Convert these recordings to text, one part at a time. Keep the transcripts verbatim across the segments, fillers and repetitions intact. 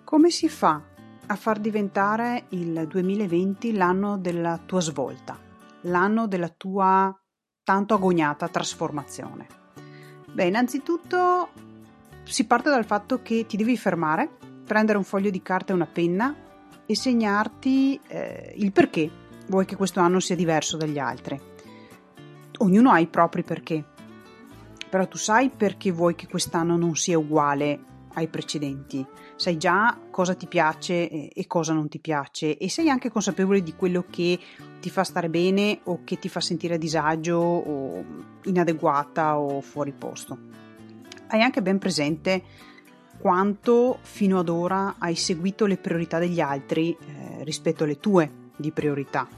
Come si fa a far diventare il duemilaventi l'anno della tua svolta, l'anno della tua tanto agognata trasformazione? Beh, innanzitutto si parte dal fatto che ti devi fermare, prendere un foglio di carta e una penna e segnarti eh, il perché vuoi che questo anno sia diverso dagli altri. Ognuno ha i propri perché, però tu sai perché vuoi che quest'anno non sia uguale ai precedenti, sai già cosa ti piace e cosa non ti piace e sei anche consapevole di quello che ti fa stare bene o che ti fa sentire a disagio o inadeguata o fuori posto. Hai anche ben presente quanto fino ad ora hai seguito le priorità degli altri eh, rispetto alle tue di priorità.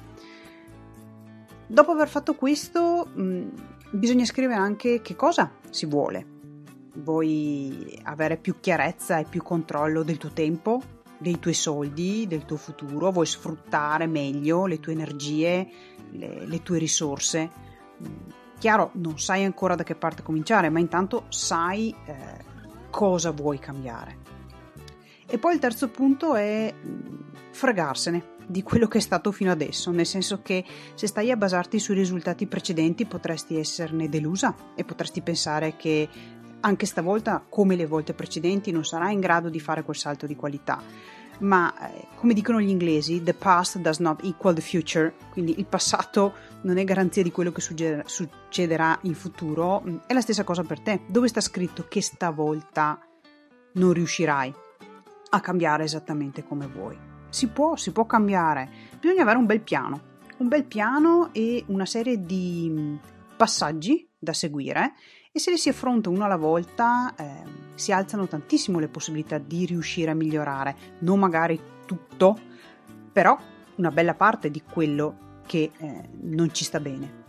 Dopo aver fatto questo mh, bisogna scrivere anche che cosa si vuole. Vuoi avere più chiarezza e più controllo del tuo tempo, dei tuoi soldi, del tuo futuro? Vuoi sfruttare meglio le tue energie, le, le tue risorse? Chiaro, non sai ancora da che parte cominciare, ma intanto sai eh, cosa vuoi cambiare. E poi il terzo punto è fregarsene di quello che è stato fino adesso, nel senso che se stai a basarti sui risultati precedenti potresti esserne delusa e potresti pensare che anche stavolta, come le volte precedenti, non sarai in grado di fare quel salto di qualità. Ma, eh, come dicono gli inglesi, the past does not equal the future, quindi il passato non è garanzia di quello che succederà, succederà in futuro. È la stessa cosa per te. Dove sta scritto che stavolta non riuscirai a cambiare esattamente come vuoi? Si può, si può cambiare. Bisogna avere un bel piano, un bel piano e una serie di passaggi da seguire. E se li si affronta uno alla volta eh, si alzano tantissimo le possibilità di riuscire a migliorare, non magari tutto, però una bella parte di quello che eh, non ci sta bene.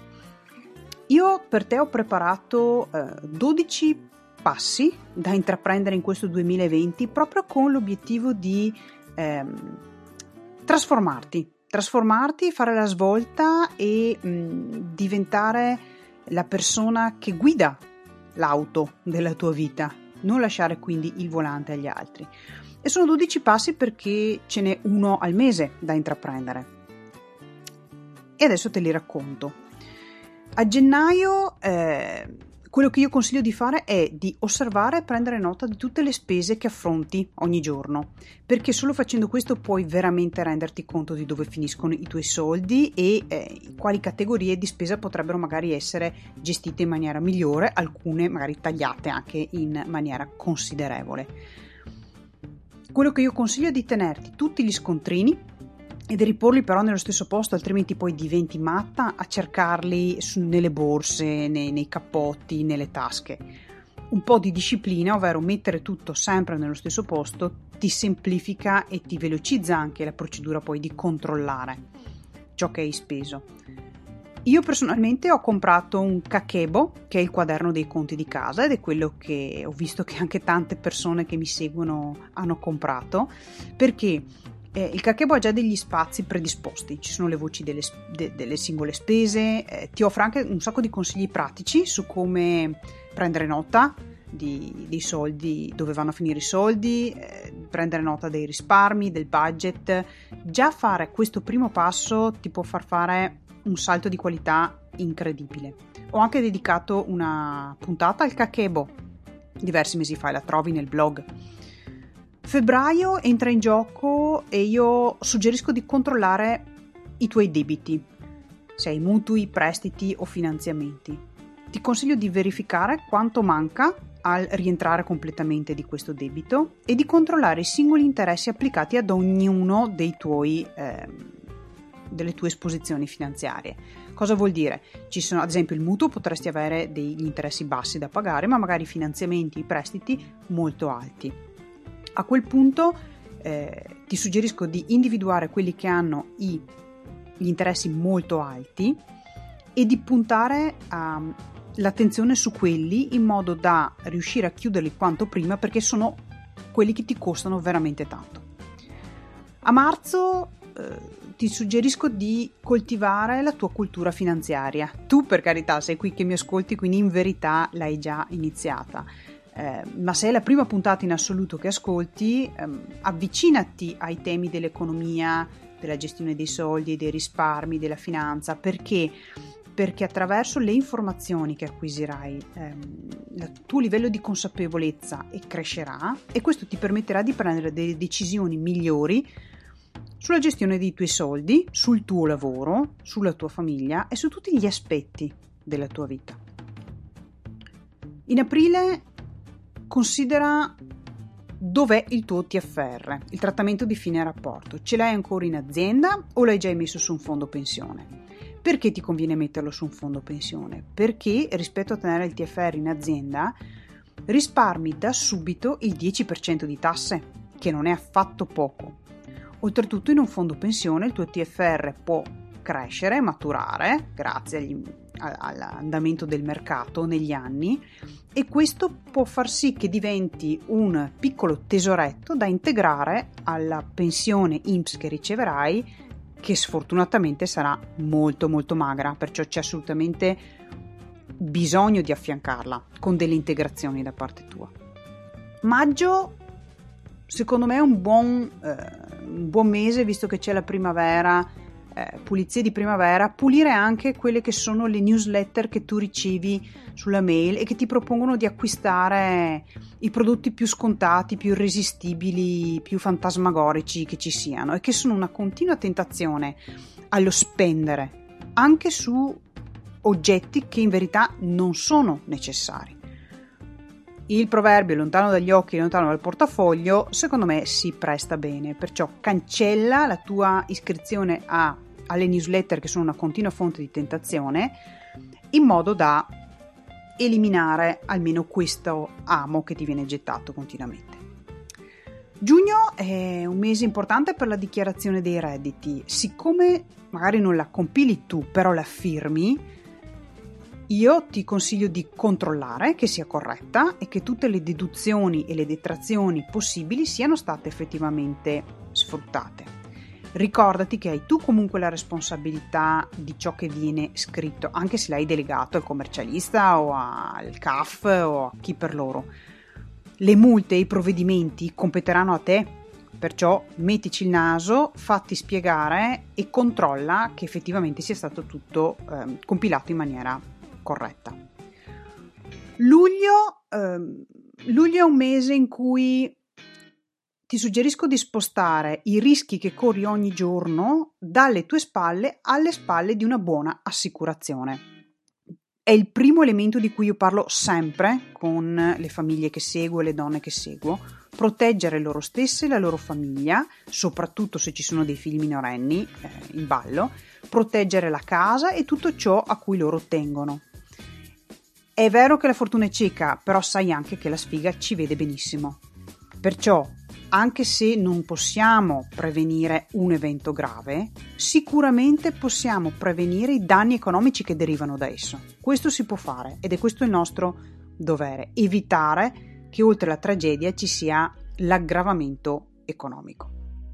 Io per te ho preparato eh, dodici passi da intraprendere in questo duemilaventi proprio con l'obiettivo di eh, trasformarti, trasformarti, fare la svolta e mh, diventare la persona che guida l'auto della tua vita, non lasciare quindi il volante agli altri. E sono dodici passi perché ce n'è uno al mese da intraprendere. E adesso te li racconto. A gennaio eh, quello che io consiglio di fare è di osservare e prendere nota di tutte le spese che affronti ogni giorno, perché solo facendo questo puoi veramente renderti conto di dove finiscono i tuoi soldi e eh, quali categorie di spesa potrebbero magari essere gestite in maniera migliore, alcune magari tagliate anche in maniera considerevole. Quello che io consiglio è di tenerti tutti gli scontrini e di riporli però nello stesso posto, altrimenti poi diventi matta a cercarli su, nelle borse, nei, nei cappotti, nelle tasche. Un po' di disciplina, ovvero mettere tutto sempre nello stesso posto, ti semplifica e ti velocizza anche la procedura poi di controllare ciò che hai speso. Io personalmente ho comprato un Kakebo, che è il quaderno dei conti di casa, ed è quello che ho visto che anche tante persone che mi seguono hanno comprato, perché Eh, il Kakebo ha già degli spazi predisposti, ci sono le voci delle, de, delle singole spese, eh, ti offre anche un sacco di consigli pratici su come prendere nota di, dei soldi, dove vanno a finire i soldi, eh, prendere nota dei risparmi, del budget. Già fare questo primo passo ti può far fare un salto di qualità incredibile. Ho anche dedicato una puntata al Kakebo diversi mesi fa e la trovi nel blog. Febbraio entra in gioco e io suggerisco di controllare i tuoi debiti, se hai mutui, prestiti o finanziamenti. Ti consiglio di verificare quanto manca al rientrare completamente di questo debito e di controllare i singoli interessi applicati ad ognuno dei tuoi eh, delle tue esposizioni finanziarie. Cosa vuol dire? Ci sono, ad esempio, il mutuo, potresti avere degli interessi bassi da pagare, ma magari finanziamenti, i prestiti molto alti. A quel punto eh, ti suggerisco di individuare quelli che hanno i, gli interessi molto alti e di puntare a, l'attenzione su quelli in modo da riuscire a chiuderli quanto prima, perché sono quelli che ti costano veramente tanto. A marzo eh, ti suggerisco di coltivare la tua cultura finanziaria. Tu, per carità, sei qui che mi ascolti, quindi in verità l'hai già iniziata. Eh, ma se è la prima puntata in assoluto che ascolti, ehm, avvicinati ai temi dell'economia, della gestione dei soldi, dei risparmi, della finanza, perché perché attraverso le informazioni che acquisirai ehm, il tuo livello di consapevolezza crescerà e questo ti permetterà di prendere delle decisioni migliori sulla gestione dei tuoi soldi, sul tuo lavoro, sulla tua famiglia e su tutti gli aspetti della tua vita. In aprile considera dov'è il tuo T F R, il trattamento di fine rapporto. Ce l'hai ancora in azienda o l'hai già messo su un fondo pensione? Perché ti conviene metterlo su un fondo pensione? Perché rispetto a tenere il T F R in azienda risparmi da subito il dieci per cento di tasse, che non è affatto poco. Oltretutto in un fondo pensione il tuo T F R può crescere, maturare grazie agli, all'andamento del mercato negli anni e questo può far sì che diventi un piccolo tesoretto da integrare alla pensione I N P S che riceverai, che sfortunatamente sarà molto molto magra, perciò c'è assolutamente bisogno di affiancarla con delle integrazioni da parte tua. Maggio secondo me è un buon, eh, un buon mese, visto che c'è la primavera, eh, pulizie di primavera, pulire anche quelle che sono le newsletter che tu ricevi sulla mail e che ti propongono di acquistare i prodotti più scontati, più irresistibili, più fantasmagorici che ci siano e che sono una continua tentazione allo spendere anche su oggetti che in verità non sono necessari. Il proverbio lontano dagli occhi, lontano dal portafoglio, secondo me si presta bene, perciò cancella la tua iscrizione a, alle newsletter che sono una continua fonte di tentazione in modo da eliminare almeno questo amo che ti viene gettato continuamente. Giugno è un mese importante per la dichiarazione dei redditi. Siccome magari non la compili tu, però la firmi, io ti consiglio di controllare che sia corretta e che tutte le deduzioni e le detrazioni possibili siano state effettivamente sfruttate. Ricordati che hai tu comunque la responsabilità di ciò che viene scritto, anche se l'hai delegato al commercialista o al C A F o a chi per loro. Le multe e i provvedimenti competeranno a te, perciò mettici il naso, fatti spiegare e controlla che effettivamente sia stato tutto eh, compilato in maniera corretta. Luglio, ehm, luglio è un mese in cui ti suggerisco di spostare i rischi che corri ogni giorno dalle tue spalle alle spalle di una buona assicurazione. È il primo elemento di cui io parlo sempre con le famiglie che seguo e le donne che seguo: proteggere loro stesse e la loro famiglia, soprattutto se ci sono dei figli minorenni eh, in ballo, proteggere la casa e tutto ciò a cui loro tengono. È vero che la fortuna è cieca, però sai anche che la sfiga ci vede benissimo. Perciò, anche se non possiamo prevenire un evento grave, sicuramente possiamo prevenire i danni economici che derivano da esso. Questo si può fare ed è questo il nostro dovere: evitare che oltre la tragedia ci sia l'aggravamento economico.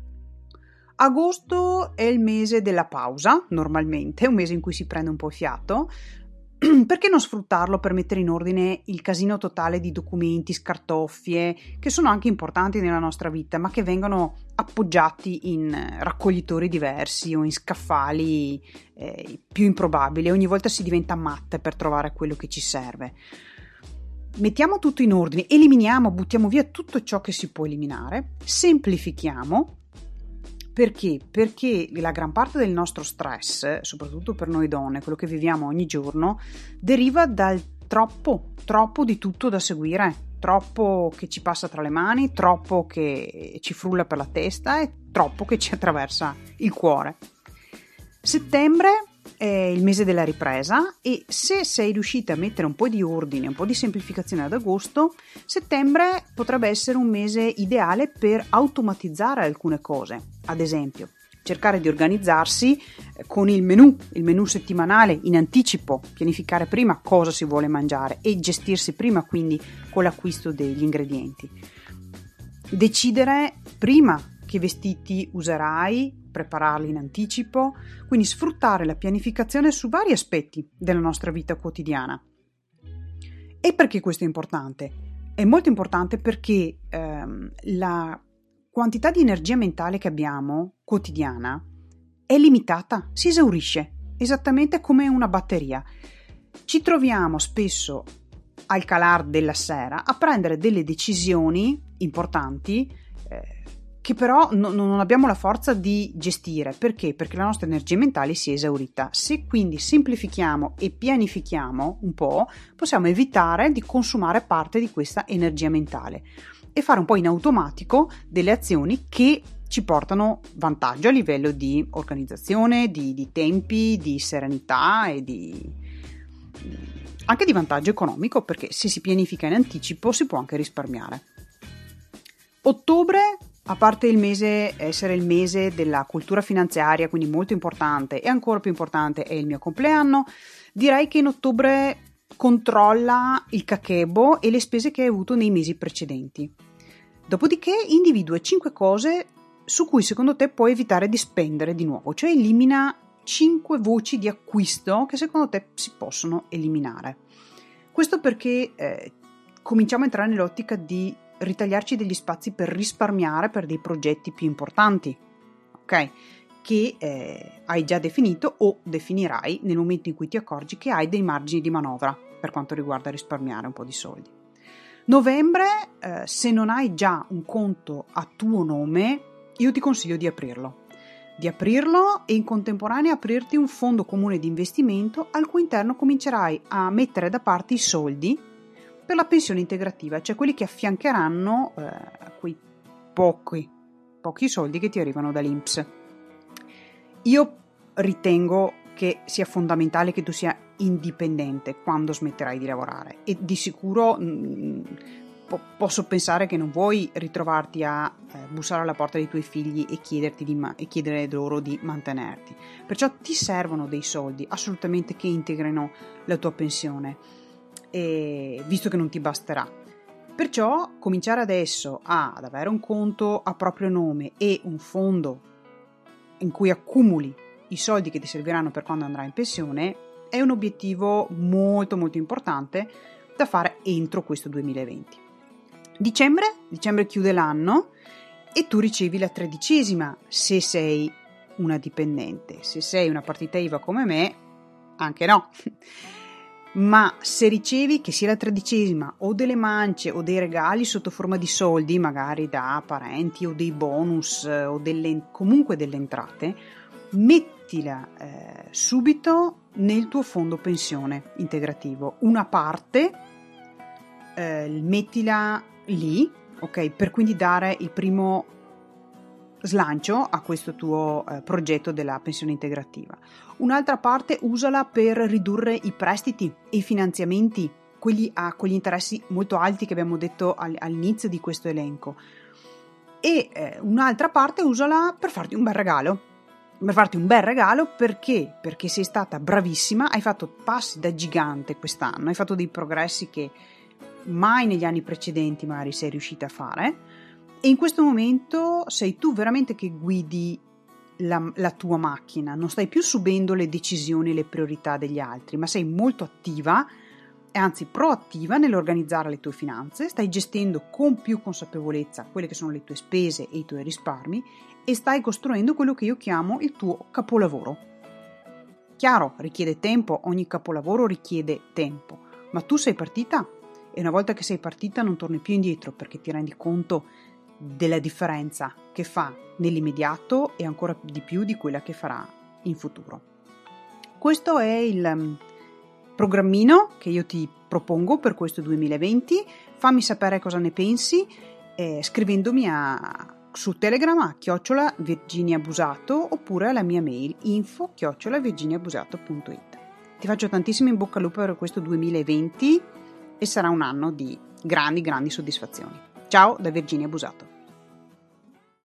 Agosto è il mese della pausa, normalmente, è un mese in cui si prende un po' fiato. Perché non sfruttarlo per mettere in ordine il casino totale di documenti, scartoffie, che sono anche importanti nella nostra vita, ma che vengono appoggiati in raccoglitori diversi o in scaffali eh, più improbabili. Ogni volta si diventa matte per trovare quello che ci serve. Mettiamo tutto in ordine, eliminiamo, buttiamo via tutto ciò che si può eliminare, semplifichiamo. Perché? Perché la gran parte del nostro stress, soprattutto per noi donne, quello che viviamo ogni giorno, deriva dal troppo, troppo di tutto da seguire, troppo che ci passa tra le mani, troppo che ci frulla per la testa e troppo che ci attraversa il cuore. Settembre è il mese della ripresa e se sei riuscita a mettere un po' di ordine, un po' di semplificazione ad agosto, settembre potrebbe essere un mese ideale per automatizzare alcune cose. Ad esempio, cercare di organizzarsi con il menù, il menù settimanale in anticipo, pianificare prima cosa si vuole mangiare e gestirsi prima quindi con l'acquisto degli ingredienti. Decidere prima che vestiti userai, prepararli in anticipo, quindi sfruttare la pianificazione su vari aspetti della nostra vita quotidiana. E perché questo è importante? è molto importante perché ehm, la quantità di energia mentale che abbiamo quotidiana è limitata, si esaurisce, esattamente come una batteria. Ci troviamo spesso al calar della sera a prendere delle decisioni importanti eh, che però no, non abbiamo la forza di gestire. Perché? Perché la nostra energia mentale si è esaurita. Se quindi semplifichiamo e pianifichiamo un po', possiamo evitare di consumare parte di questa energia mentale e fare un po' in automatico delle azioni che ci portano vantaggio a livello di organizzazione, di, di tempi, di serenità e di anche di vantaggio economico, perché se si pianifica in anticipo si può anche risparmiare. Ottobre, a parte il mese essere il mese della cultura finanziaria, quindi molto importante, e ancora più importante è il mio compleanno, direi che in ottobre controlla il cachebo e le spese che hai avuto nei mesi precedenti. Dopodiché individua cinque cose su cui secondo te puoi evitare di spendere di nuovo, cioè elimina cinque voci di acquisto che secondo te si possono eliminare. Questo perché eh, cominciamo a entrare nell'ottica di ritagliarci degli spazi per risparmiare per dei progetti più importanti, ok? Che eh, hai già definito o definirai nel momento in cui ti accorgi che hai dei margini di manovra per quanto riguarda risparmiare un po' di soldi. Novembre, eh, se non hai già un conto a tuo nome, io ti consiglio di aprirlo. Di aprirlo e in contemporanea aprirti un fondo comune di investimento al cui interno comincerai a mettere da parte i soldi per la pensione integrativa, cioè quelli che affiancheranno eh, quei pochi, pochi soldi che ti arrivano dall'I N P S. Io ritengo che sia fondamentale che tu sia indipendente quando smetterai di lavorare e di sicuro mh, po- posso pensare che non vuoi ritrovarti a eh, bussare alla porta dei tuoi figli e chiederti di ma- e chiedere loro di mantenerti, perciò ti servono dei soldi assolutamente che integrino la tua pensione, e, visto che non ti basterà. Perciò cominciare adesso a, ad avere un conto a proprio nome e un fondo in cui accumuli i soldi che ti serviranno per quando andrai in pensione è un obiettivo molto molto importante da fare entro questo duemilaventi. Dicembre, dicembre chiude l'anno e tu ricevi la tredicesima se sei una dipendente. Se sei una partita I V A come me, anche no. Ma se ricevi che sia la tredicesima o delle mance o dei regali sotto forma di soldi, magari da parenti o dei bonus o delle, comunque delle entrate, mettila eh, subito nel tuo fondo pensione integrativo. Una parte eh, mettila lì, ok, per quindi dare il primo slancio a questo tuo eh, progetto della pensione integrativa. Un'altra parte usala per ridurre i prestiti e i finanziamenti, quelli a con gli interessi molto alti che abbiamo detto all, all'inizio di questo elenco, e eh, un'altra parte usala per farti un bel regalo. Per farti un bel regalo perché? Perché sei stata bravissima, hai fatto passi da gigante quest'anno, hai fatto dei progressi che mai negli anni precedenti magari sei riuscita a fare, e in questo momento sei tu veramente che guidi la, la tua macchina, non stai più subendo le decisioni e le priorità degli altri, ma sei molto attiva e anzi proattiva nell'organizzare le tue finanze, stai gestendo con più consapevolezza quelle che sono le tue spese e i tuoi risparmi e stai costruendo quello che io chiamo il tuo capolavoro. Chiaro, richiede tempo, ogni capolavoro richiede tempo, ma tu sei partita e una volta che sei partita non torni più indietro perché ti rendi conto della differenza che fa nell'immediato e ancora di più di quella che farà in futuro. Questo è il programmino che io ti propongo per questo duemilaventi. Fammi sapere cosa ne pensi eh, scrivendomi a, su Telegram a chiocciola Virginia Busato oppure alla mia mail info chiocciola virginiabusato punto it. Ti faccio tantissimo in bocca al lupo per questo duemilaventi e sarà un anno di grandi grandi soddisfazioni. Ciao da Virginia Busato.